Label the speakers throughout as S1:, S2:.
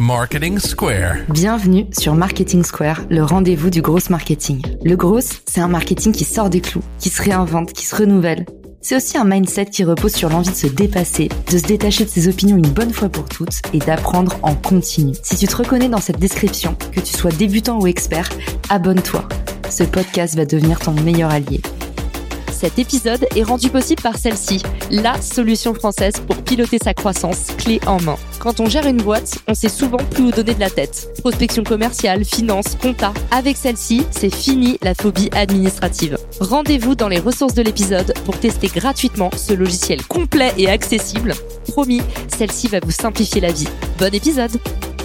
S1: Marketing Square.
S2: Bienvenue sur Marketing Square, le rendez-vous du gros marketing. Le gros, c'est un marketing qui sort des clous, qui se réinvente, qui se renouvelle. C'est aussi un mindset qui repose sur l'envie de se dépasser, de se détacher de ses opinions une bonne fois pour toutes et d'apprendre en continu. Si tu te reconnais dans cette description, que tu sois débutant ou expert, abonne-toi. Ce podcast va devenir ton meilleur allié.
S3: Cet épisode est rendu possible par celle-ci, la solution française pour piloter sa croissance clé en main. Quand on gère une boîte, on sait souvent plus où donner de la tête. Prospection commerciale, finance, compta. Avec celle-ci, c'est fini la phobie administrative. Rendez-vous dans les ressources de l'épisode pour tester gratuitement ce logiciel complet et accessible. Promis, celle-ci va vous simplifier la vie. Bon épisode!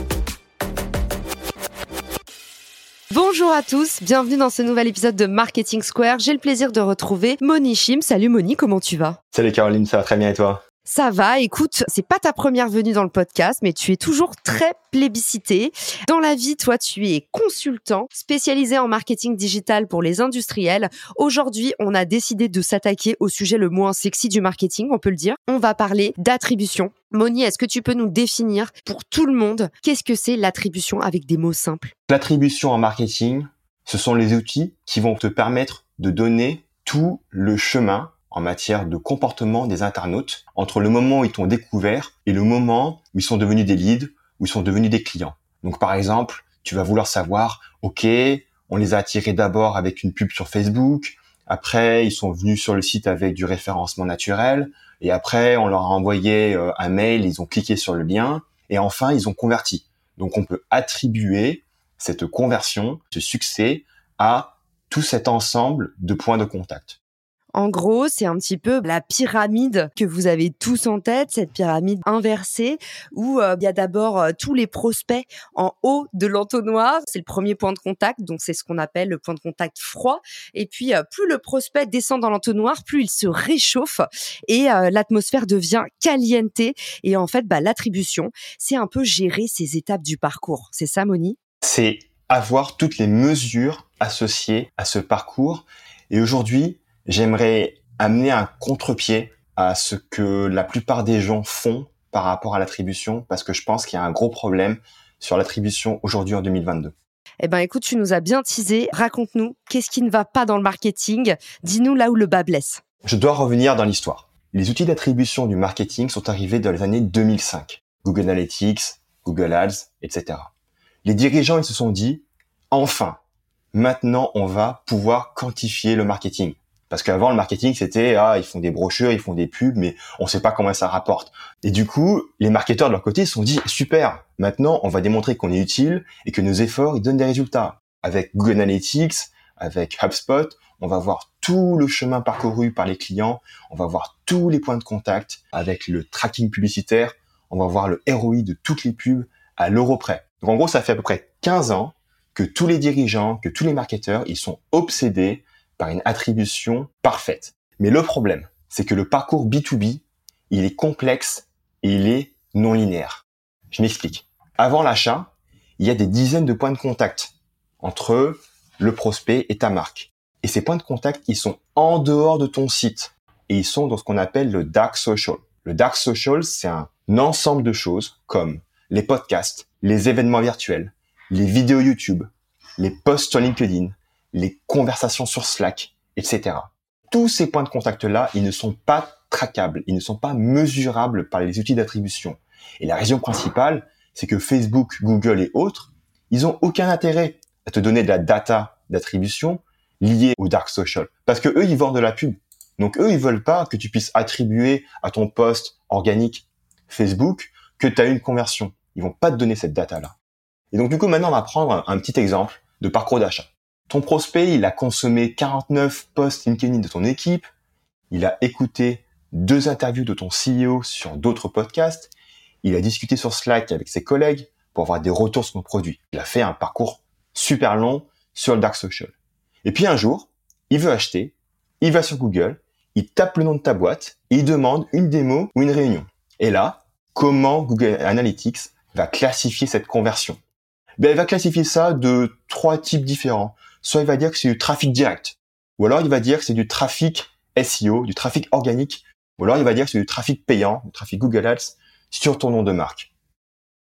S2: Bonjour à tous, bienvenue dans ce nouvel épisode de Marketing Square. J'ai le plaisir de retrouver Moni Chim. Salut Moni, comment tu vas ?
S4: Salut Caroline, ça va très bien et toi ?
S2: Ça va, écoute, c'est pas ta première venue dans le podcast, mais tu es toujours très plébiscité. Dans la vie, toi, tu es consultant, spécialisé en marketing digital pour les industriels. Aujourd'hui, on a décidé de s'attaquer au sujet le moins sexy du marketing, on peut le dire. On va parler d'attribution. Moni, est-ce que tu peux nous définir pour tout le monde, qu'est-ce que c'est l'attribution avec des mots simples ?
S4: L'attribution en marketing, ce sont les outils qui vont te permettre de donner tout le chemin en matière de comportement des internautes entre le moment où ils t'ont découvert et le moment où ils sont devenus des leads, où ils sont devenus des clients. Donc par exemple, tu vas vouloir savoir, ok, on les a attirés d'abord avec une pub sur Facebook, après ils sont venus sur le site avec du référencement naturel, et après on leur a envoyé un mail, ils ont cliqué sur le lien, et enfin ils ont converti. Donc on peut attribuer cette conversion, ce succès à tout cet ensemble de points de contact.
S2: En gros, c'est un petit peu la pyramide que vous avez tous en tête, cette pyramide inversée où il y a d'abord tous les prospects en haut de l'entonnoir. C'est le premier point de contact, donc c'est ce qu'on appelle le point de contact froid. Et puis, plus le prospect descend dans l'entonnoir, plus il se réchauffe et l'atmosphère devient caliente. Et en fait, l'attribution, c'est un peu gérer ces étapes du parcours. C'est ça, Moni ?
S4: C'est avoir toutes les mesures associées à ce parcours. Et aujourd'hui, j'aimerais amener un contre-pied à ce que la plupart des gens font par rapport à l'attribution, parce que je pense qu'il y a un gros problème sur l'attribution aujourd'hui en 2022.
S2: Eh ben, écoute, tu nous as bien teasé. Raconte-nous, qu'est-ce qui ne va pas dans le marketing ? Dis-nous là où le bas blesse.
S4: Je dois revenir dans l'histoire. Les outils d'attribution du marketing sont arrivés dans les années 2005. Google Analytics, Google Ads, etc. Les dirigeants, ils se sont dit, enfin, maintenant, on va pouvoir quantifier le marketing. Parce qu'avant, le marketing, c'était, ils font des brochures, ils font des pubs, mais on sait pas comment ça rapporte. Et du coup, les marketeurs de leur côté se sont dit, super, maintenant, on va démontrer qu'on est utile et que nos efforts, ils donnent des résultats. Avec Google Analytics, avec HubSpot, on va voir tout le chemin parcouru par les clients, on va voir tous les points de contact. Avec le tracking publicitaire, on va voir le ROI de toutes les pubs à l'euro près. Donc en gros, ça fait à peu près 15 ans que tous les dirigeants, que tous les marketeurs, ils sont obsédés par une attribution parfaite. Mais le problème, c'est que le parcours B2B, il est complexe et il est non linéaire. Je m'explique. Avant l'achat, il y a des dizaines de points de contact entre le prospect et ta marque. Et ces points de contact, ils sont en dehors de ton site et ils sont dans ce qu'on appelle le dark social. Le dark social, c'est un ensemble de choses comme les podcasts, les événements virtuels, les vidéos YouTube, les posts sur LinkedIn, les conversations sur Slack, etc. Tous ces points de contact-là, ils ne sont pas traquables, ils ne sont pas mesurables par les outils d'attribution. Et la raison principale, c'est que Facebook, Google et autres, ils ont aucun intérêt à te donner de la data d'attribution liée au dark social. Parce que eux, ils vendent de la pub. Donc eux, ils veulent pas que tu puisses attribuer à ton post organique Facebook que tu as eu une conversion. Ils vont pas te donner cette data-là. Et donc du coup, maintenant, on va prendre un petit exemple de parcours d'achat. Ton prospect, il a consommé 49 posts LinkedIn de ton équipe, il a écouté 2 interviews de ton CEO sur d'autres podcasts, il a discuté sur Slack avec ses collègues pour avoir des retours sur ton produit. Il a fait un parcours super long sur le dark social. Et puis un jour, il veut acheter, il va sur Google, il tape le nom de ta boîte et il demande une démo ou une réunion. Et là, comment Google Analytics va classifier cette conversion ? Il va classifier ça de 3 types différents. Soit il va dire que c'est du trafic direct, ou alors il va dire que c'est du trafic SEO, du trafic organique, ou alors il va dire que c'est du trafic payant, du trafic Google Ads sur ton nom de marque.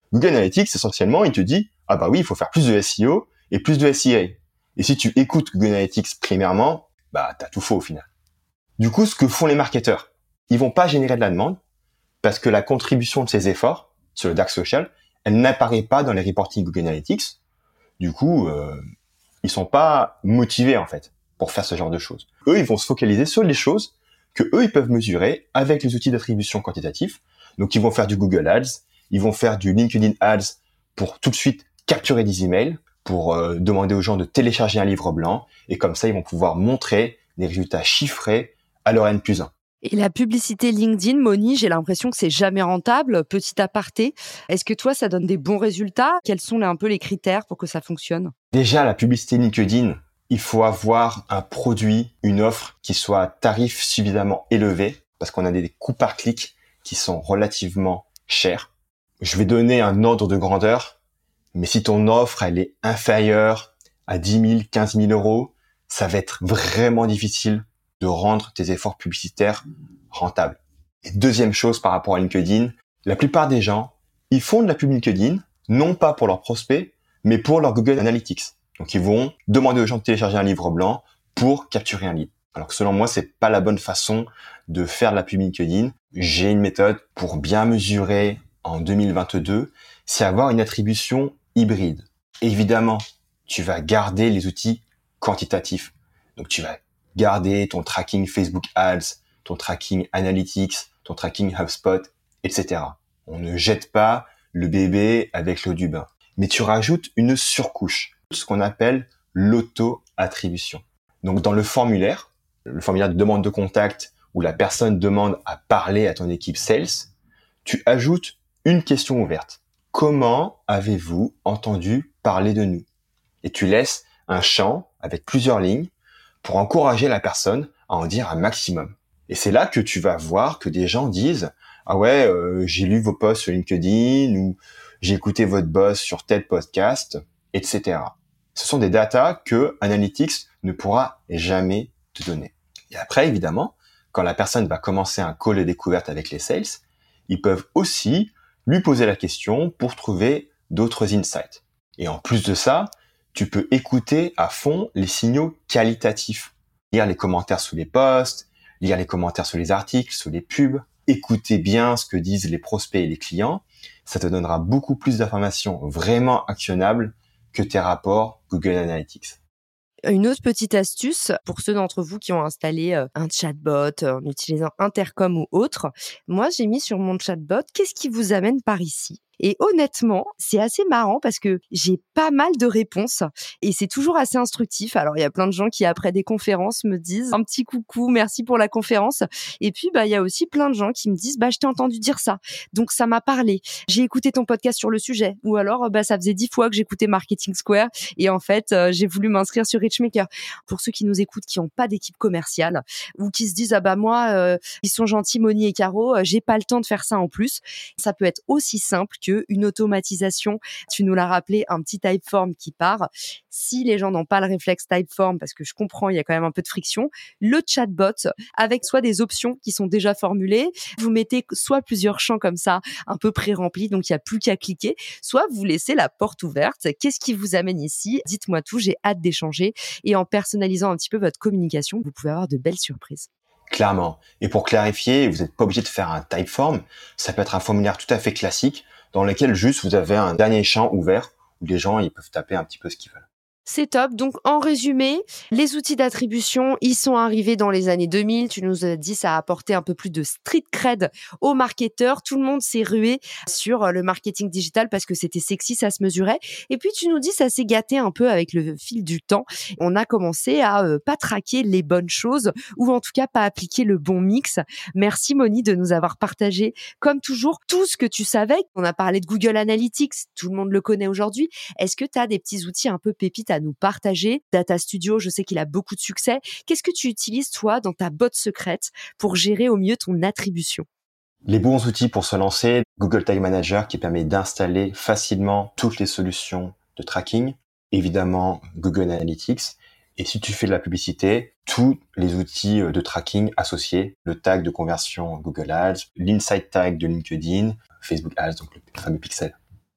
S4: Google Analytics, essentiellement, il te dit, ah bah oui, il faut faire plus de SEO et plus de SEA. Et si tu écoutes Google Analytics primairement, bah t'as tout faux au final. Du coup, ce que font les marketeurs, ils vont pas générer de la demande parce que la contribution de ces efforts sur le dark social, elle n'apparaît pas dans les reporting Google Analytics. Du coup, ils sont pas motivés en fait pour faire ce genre de choses. Eux, ils vont se focaliser sur les choses que eux ils peuvent mesurer avec les outils d'attribution quantitatifs. Donc ils vont faire du Google Ads, ils vont faire du LinkedIn Ads pour tout de suite capturer des emails, pour demander aux gens de télécharger un livre blanc, et comme ça ils vont pouvoir montrer des résultats chiffrés à leur N+1.
S2: Et la publicité LinkedIn, Moni, j'ai l'impression que c'est jamais rentable. Petit aparté, est-ce que toi, ça donne des bons résultats? Quels sont un peu les critères pour que ça fonctionne?
S4: Déjà, la publicité LinkedIn, il faut avoir un produit, une offre qui soit à tarif suffisamment élevé, parce qu'on a des coûts par clic qui sont relativement chers. Je vais donner un ordre de grandeur, mais si ton offre, elle est inférieure à 10 000, 15 000 euros, ça va être vraiment difficile de rendre tes efforts publicitaires rentables. Et deuxième chose par rapport à LinkedIn, la plupart des gens, ils font de la pub LinkedIn, non pas pour leurs prospects, mais pour leur Google Analytics. Donc ils vont demander aux gens de télécharger un livre blanc pour capturer un lead. Alors que selon moi, c'est pas la bonne façon de faire de la pub LinkedIn. J'ai une méthode pour bien mesurer en 2022, c'est avoir une attribution hybride. Évidemment, tu vas garder les outils quantitatifs. Donc tu vas garder ton tracking Facebook Ads, ton tracking Analytics, ton tracking HubSpot, etc. On ne jette pas le bébé avec l'eau du bain. Mais tu rajoutes une surcouche, ce qu'on appelle l'auto-attribution. Donc dans le formulaire de demande de contact où la personne demande à parler à ton équipe sales, tu ajoutes une question ouverte. Comment avez-vous entendu parler de nous? Et tu laisses un champ avec plusieurs lignes pour encourager la personne à en dire un maximum. Et c'est là que tu vas voir que des gens disent « Ah ouais, j'ai lu vos posts sur LinkedIn » ou « J'ai écouté votre boss sur tel podcast », etc. Ce sont des datas que Analytics ne pourra jamais te donner. Et après, évidemment, quand la personne va commencer un call de découverte avec les sales, ils peuvent aussi lui poser la question pour trouver d'autres insights. Et en plus de ça, tu peux écouter à fond les signaux qualitatifs. Lire les commentaires sous les posts, lire les commentaires sous les articles, sous les pubs. Écouter bien ce que disent les prospects et les clients. Ça te donnera beaucoup plus d'informations vraiment actionnables que tes rapports Google Analytics.
S2: Une autre petite astuce pour ceux d'entre vous qui ont installé un chatbot en utilisant Intercom ou autre. Moi, j'ai mis sur mon chatbot « Qu'est-ce qui vous amène par ici ?» Et honnêtement, c'est assez marrant parce que j'ai pas mal de réponses et c'est toujours assez instructif. Alors, il y a plein de gens qui, après des conférences, me disent un petit coucou, merci pour la conférence. Et puis, il y a aussi plein de gens qui me disent, je t'ai entendu dire ça. Donc, ça m'a parlé. J'ai écouté ton podcast sur le sujet. Ou alors, ça faisait 10 fois que j'écoutais Marketing Square et en fait, j'ai voulu m'inscrire sur Richmaker. Pour ceux qui nous écoutent, qui n'ont pas d'équipe commerciale ou qui se disent, moi, ils sont gentils, Moni et Caro, j'ai pas le temps de faire ça en plus. Ça peut être aussi simple une automatisation. Tu nous l'as rappelé, un petit Typeform qui part. Si les gens n'ont pas le réflexe Typeform, parce que je comprends, il y a quand même un peu de friction, le chatbot, avec soit des options qui sont déjà formulées, vous mettez soit plusieurs champs comme ça, un peu pré-remplis, donc il n'y a plus qu'à cliquer, soit vous laissez la porte ouverte. Qu'est-ce qui vous amène ici? Dites-moi tout, j'ai hâte d'échanger. Et en personnalisant un petit peu votre communication, vous pouvez avoir de belles surprises.
S4: Clairement. Et pour clarifier, vous n'êtes pas obligé de faire un Typeform. Ça peut être un formulaire tout à fait classique dans lequel juste vous avez un dernier champ ouvert où les gens ils peuvent taper un petit peu ce qu'ils veulent.
S2: C'est top. Donc, en résumé, les outils d'attribution, ils sont arrivés dans les années 2000. Tu nous as dit, ça a apporté un peu plus de street cred aux marketeurs. Tout le monde s'est rué sur le marketing digital parce que c'était sexy, ça se mesurait. Et puis, tu nous dis, ça s'est gâté un peu avec le fil du temps. On a commencé à pas traquer les bonnes choses ou en tout cas pas appliquer le bon mix. Merci Moni de nous avoir partagé, comme toujours, tout ce que tu savais. On a parlé de Google Analytics. Tout le monde le connaît aujourd'hui. Est-ce que tu as des petits outils un peu pépites à nous partager? Data Studio, je sais qu'il a beaucoup de succès. Qu'est-ce que tu utilises, toi, dans ta botte secrète pour gérer au mieux ton attribution?
S4: Les bons outils pour se lancer, Google Tag Manager qui permet d'installer facilement toutes les solutions de tracking, évidemment Google Analytics, et si tu fais de la publicité, tous les outils de tracking associés, le tag de conversion Google Ads, l'Insight Tag de LinkedIn, Facebook Ads, donc le fameux pixel.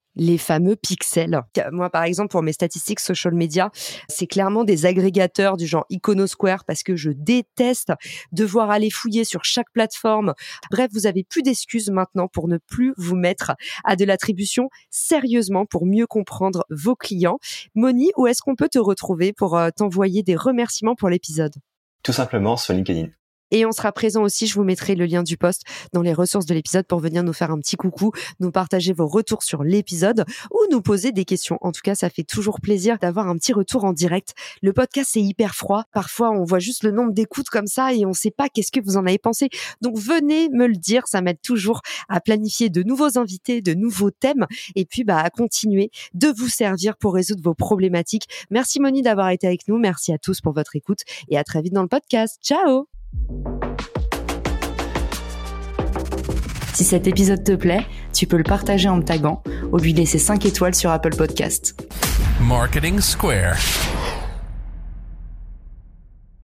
S2: Les fameux pixels. Moi, par exemple, pour mes statistiques social media, c'est clairement des agrégateurs du genre Iconosquare parce que je déteste devoir aller fouiller sur chaque plateforme. Bref, vous avez plus d'excuses maintenant pour ne plus vous mettre à de l'attribution sérieusement pour mieux comprendre vos clients. Moni, où est-ce qu'on peut te retrouver pour t'envoyer des remerciements pour l'épisode?
S4: Tout simplement sur LinkedIn.
S2: Et on sera présent aussi, je vous mettrai le lien du post dans les ressources de l'épisode pour venir nous faire un petit coucou, nous partager vos retours sur l'épisode ou nous poser des questions. En tout cas, ça fait toujours plaisir d'avoir un petit retour en direct. Le podcast, c'est hyper froid. Parfois, on voit juste le nombre d'écoutes comme ça et on sait pas qu'est-ce que vous en avez pensé. Donc, venez me le dire, ça m'aide toujours à planifier de nouveaux invités, de nouveaux thèmes et puis à continuer de vous servir pour résoudre vos problématiques. Merci Moni d'avoir été avec nous. Merci à tous pour votre écoute et à très vite dans le podcast. Ciao!
S3: Si cet épisode te plaît, tu peux le partager en me taguant ou lui laisser 5 étoiles sur Apple Podcast.
S1: Marketing Square.